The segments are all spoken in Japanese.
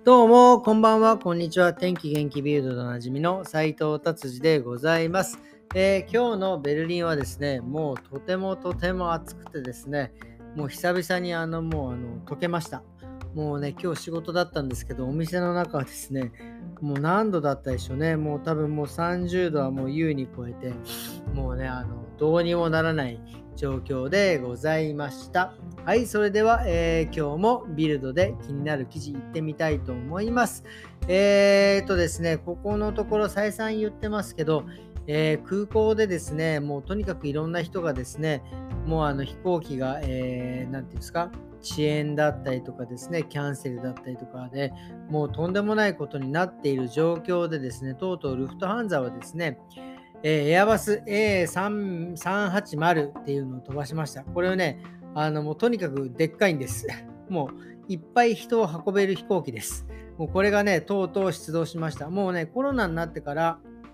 どうも、こんばんは、こんにちは。天気元気ビルドでおなじみの斉藤達治でございます。今日のベルリンはですね、もうとてもとても暑くてですね、もう久々に溶けました。もうね、今日仕事だったんですけど、お店の中はですね、もう何度だったでしょうね。もう多分もう30度はもう優に超えて、もうね、どうにもならない状況でございました。はい、それでは、今日もビルドで気になる記事いってみたいと思います。ですね、ここのところ再三言ってますけど、空港でですね、もうとにかくいろんな人がですね、もう飛行機が、なんていうんですか、遅延だったりとかですね、キャンセルだったりとかで、もうとんでもないことになっている状況でですね、とうとうルフトハンザはですね、エアバス A380 っていうのを飛ばしました。これをね、もうとにかくでっかいんです。もういっぱい人を運べる飛行機です。もうこれがね、とうとう出動しました。もうね、コロナになってから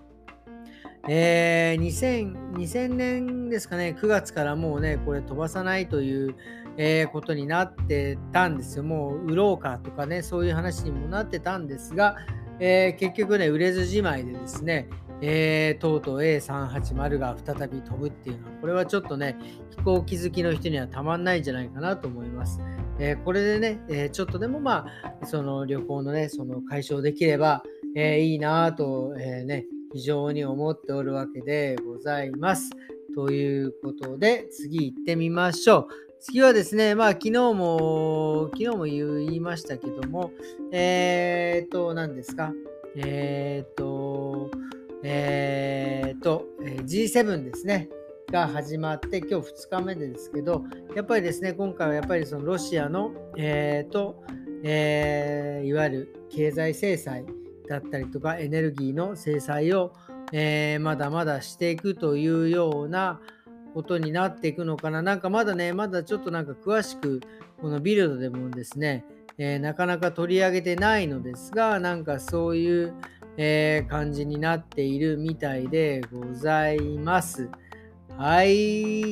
、2000年ですかね、9月からもうね、これ飛ばさないという、ことになってたんですよ。もう売ろうかとかね、そういう話にもなってたんですが、結局ね、売れずじまいでですね、とうとう A380 が再び飛ぶっていうのは、これはちょっとね、飛行機好きの人にはたまんないんじゃないかなと思います。これでね、ちょっとでもその旅行のね、その解消できれば、いいなぁと、ね、非常に思っておるわけでございます。ということで、次行ってみましょう。次はですね、昨日も言いましたけども、何ですか。えーっと、G7 ですね。が始まって、今日2日目ですけど、やっぱりですね、今回はやっぱりそのロシアの、いわゆる経済制裁だったりとか、エネルギーの制裁を、まだまだしていくというようなことになっていくのかな。なんかまだね、まだちょっとなんか詳しく、このビルドでもですね、なかなか取り上げてないのですが、なんかそういう、感じになっているみたいでございます。はい、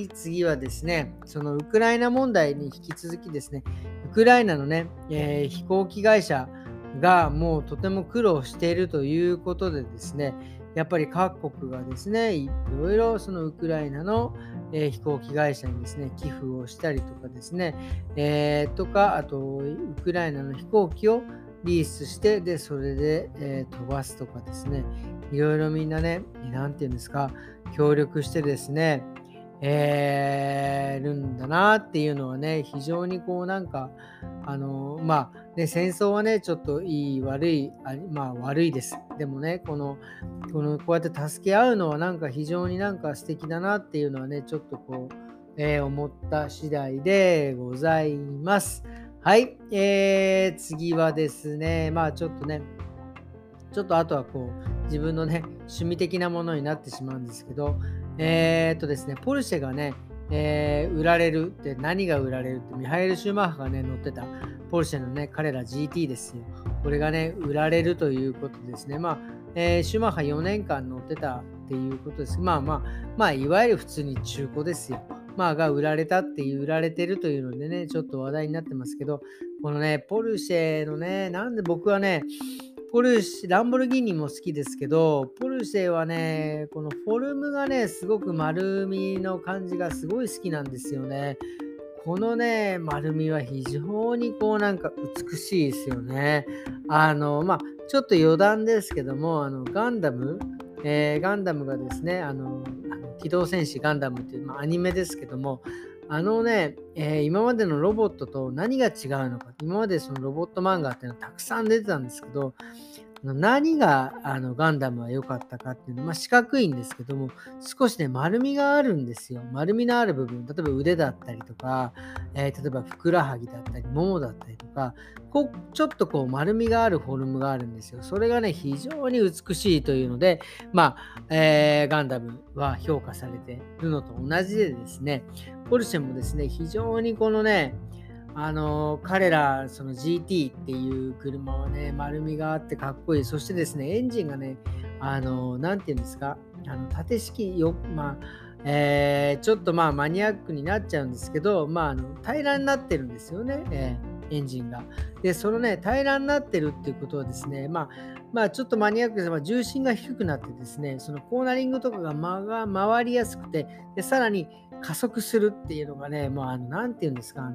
次はですね、そのウクライナ問題に引き続きですね、ウクライナのね、飛行機会社がもうとても苦労しているということでですね、やっぱり各国がですね、いろいろそのウクライナの、飛行機会社にですね、寄付をしたりとかですね、あとウクライナの飛行機をリースして、で、それで、飛ばすとかですね、いろいろみんなね、なんていうんですか、協力してですね、るんだなっていうのはね、非常にこうなんか、戦争はね、ちょっといい悪い、悪いです。でもね、こうやって助け合うのはなんか非常になんか素敵だなっていうのはね、ちょっとこう、思った次第でございます。はい、次はですね、ちょっとあとはこう、自分のね、趣味的なものになってしまうんですけど、ですね、ポルシェがね、売られるって、何が売られるって、ミハエル・シューマッハがね、乗ってたポルシェのね、彼ら GT ですよ。これがね、売られるということですね。シューマッハ4年間乗ってたっていうことです。いわゆる普通に中古ですよ。が売られたっていう、売られてるというのでね、ちょっと話題になってますけど、このね、ポルシェのね、なんで僕はね、ランボルギーニも好きですけど、ポルシェはね、このフォルムがね、すごく丸みの感じがすごい好きなんですよね。このね、丸みは非常にこうなんか美しいですよね。ちょっと余談ですけども、ガンダムがですね、機動戦士ガンダムっていう、アニメですけども、今までのロボットと何が違うのか、今までそのロボット漫画っていうのはたくさん出てたんですけど、何がガンダムは良かったかっていうのは、四角いんですけども、少しね、丸みがあるんですよ。丸みのある部分、例えば腕だったりとか、例えばふくらはぎだったり、ももだったりとか、ちょっとこう丸みがあるフォルムがあるんですよ。それがね、非常に美しいというので、ガンダムは評価されているのと同じでですね、ポルシェもですね、非常にこのね、彼ら、その GT っていう車はね、丸みがあってかっこいい。そしてですね、エンジンがね、なんていうんですか、縦式よ、ちょっとマニアックになっちゃうんですけど、平らになってるんですよね。 エンジンが。で、そのね、平らになってるっていうことはですね、ちょっとマニアックですが、重心が低くなってですね、そのコーナリングとかが間が回りやすくて、で、さらに加速するっていうのがね、もうなんて言うんですか、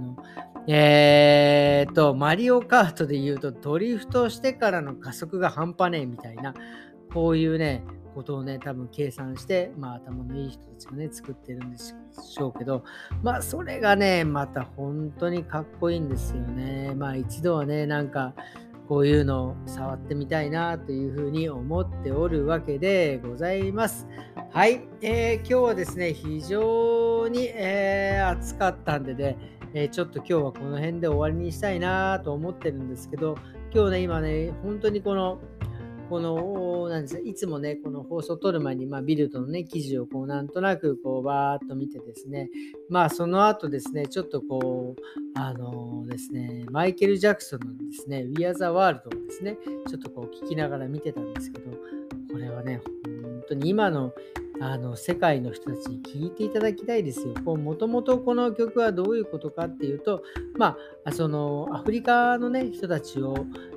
マリオカートで言うと、ドリフトしてからの加速が半端ねえみたいな、こういうね、ことをね、多分計算して、頭のいい人たちがね、作ってるんでしょうけど、それがね、また本当にかっこいいんですよね。一度はね、なんか、こういうのを触ってみたいなというふうに思っておるわけでございます。はい、今日はですね、非常に、暑かったんでね、ちょっと今日はこの辺で終わりにしたいなと思ってるんですけど、今日ね、今ね、本当になんですか、いつもね、この放送を撮る前に、ビルドのね、記事をなんとなくバーっと見てですね、その後ですね、ちょっとですね、マイケル・ジャクソンのですね、We Are the World をですね、ちょっと聞きながら見てたんですけど、これはね、本当に今の世界の人たちに聞いていただきたいですよ。もともとこの曲はどういうことかっていうと、そのアフリカのね、人たちを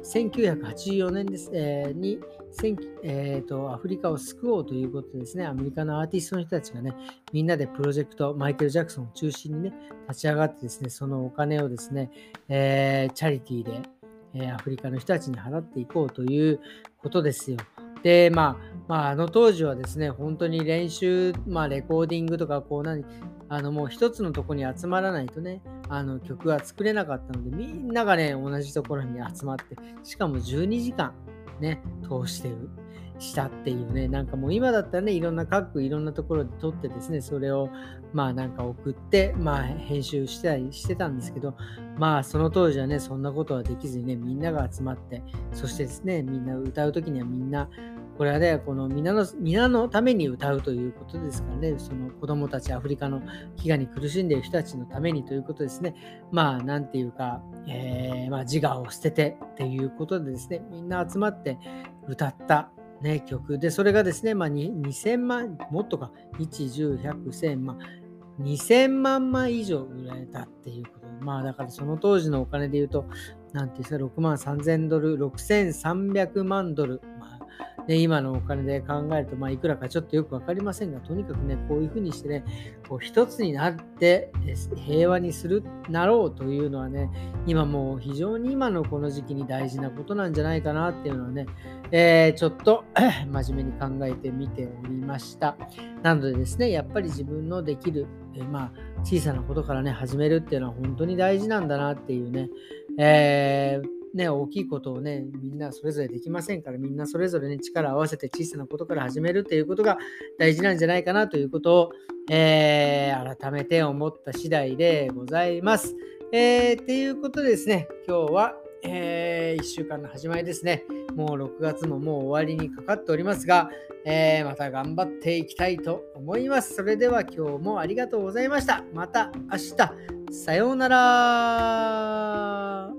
1984年です、に、アフリカを救おうということですね、アメリカのアーティストの人たちがね、みんなでプロジェクト、マイケル・ジャクソンを中心にね、立ち上がってですね、そのお金をですね、チャリティーで、アフリカの人たちに払っていこうということですよ。で、あの当時はですね、本当に練習、レコーディングとか、もう一つのとこに集まらないとね、曲が作れなかったので、みんながね、同じところに集まって、しかも12時間ね、通してしたっていうね、なんかもう今だったらね、いろんなところで撮ってですね、それをなんか送って、編集したりしてたんですけど、その当時はね、そんなことはできずにね、みんなが集まって、そしてですね、みんな歌うときにはみんな、これはね、この皆のために歌うということですからね、その子供たち、アフリカの飢餓に苦しんでいる人たちのためにということですね。なんていうか、自我を捨ててっていうことでですね、みんな集まって歌ったね、曲で、それがですね、2000万、もっとか、1、10、100、1000万、2000万枚以上売られたっていうこと。だからその当時のお金で言うと、なんていうか、6万3000ドル、6300万ドル。今のお金で考えると、いくらかちょっとよくわかりませんが、とにかくね、こういうふうにしてね、一つになって平和になろうというのはね、今もう非常に今のこの時期に大事なことなんじゃないかなっていうのはね、ちょっと真面目に考えてみておりました。なのでですね、やっぱり自分のできる、小さなことからね、始めるっていうのは本当に大事なんだなっていうね、大きいことをね、みんなそれぞれできませんから、みんなそれぞれね、力を合わせて小さなことから始めるっていうことが大事なんじゃないかなということを、改めて思った次第でございます。っていうことでですね、今日は、1週間の始まりですね。もう6月ももう終わりにかかっておりますが、また頑張っていきたいと思います。それでは今日もありがとうございました。また明日。さようなら。